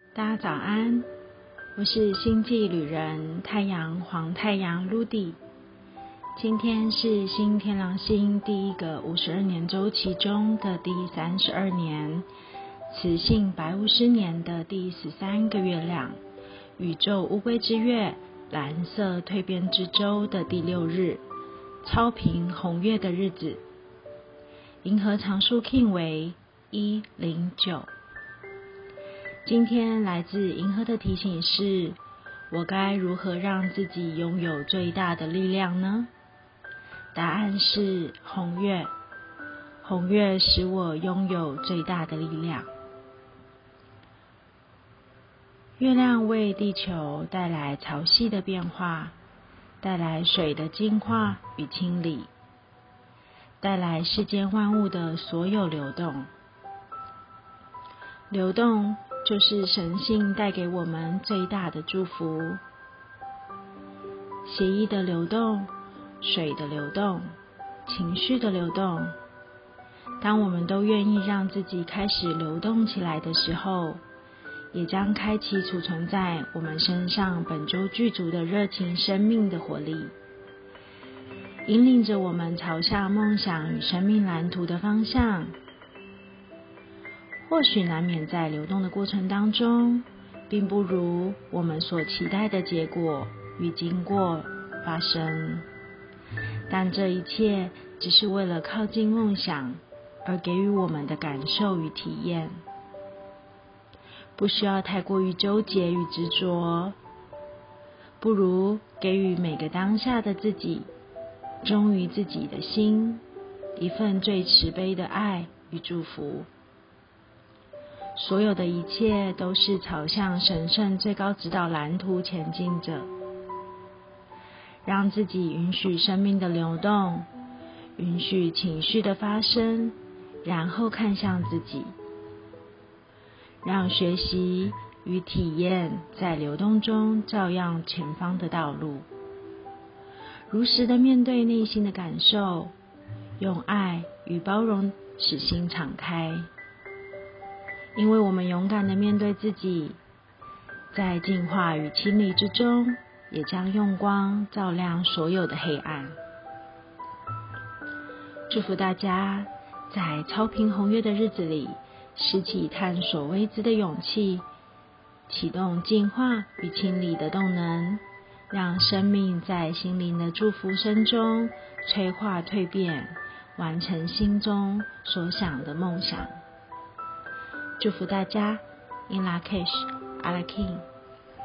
大家早安，我是星际旅人太阳黄太阳 Rudy。 今天是新天狼星第一个52年周期中的第32年，磁性白巫师年的第13个月亮，宇宙乌龟之月蓝色蜕变之周的第6日，超频红月的日子，银河常数 King 为109。今天来自银河的提醒是：我该如何让自己拥有最大的力量呢？答案是红月。红月使我拥有最大的力量。月亮为地球带来潮汐的变化，带来水的净化与清理，带来世间万物的所有流动。流动就是神性带给我们最大的祝福。血液的流动，水的流动，情绪的流动。当我们都愿意让自己开始流动起来的时候，也将开启储存在我们身上本就具足的热情生命的活力，引领着我们朝向梦想与生命蓝图的方向。或许难免在流动的过程当中，并不如我们所期待的结果与经过发生，但这一切只是为了靠近梦想而给予我们的感受与体验，不需要太过于纠结与执着，不如给予每个当下的自己，忠于自己的心，一份最慈悲的爱与祝福。所有的一切都是朝向神圣最高指导蓝图前进着，让自己允许生命的流动，允许情绪的发生，然后看向自己，让学习与体验在流动中照样前方的道路，如实的面对内心的感受，用爱与包容使心敞开。因为我们勇敢的面对自己，在净化与清理之中，也将用光照亮所有的黑暗。祝福大家在超频红月的日子里，拾起探索未知的勇气，启动净化与清理的动能，让生命在心灵的祝福声中催化蜕变，完成心中所想的梦想。祝福大家 In Lak'ech, Ala K'in。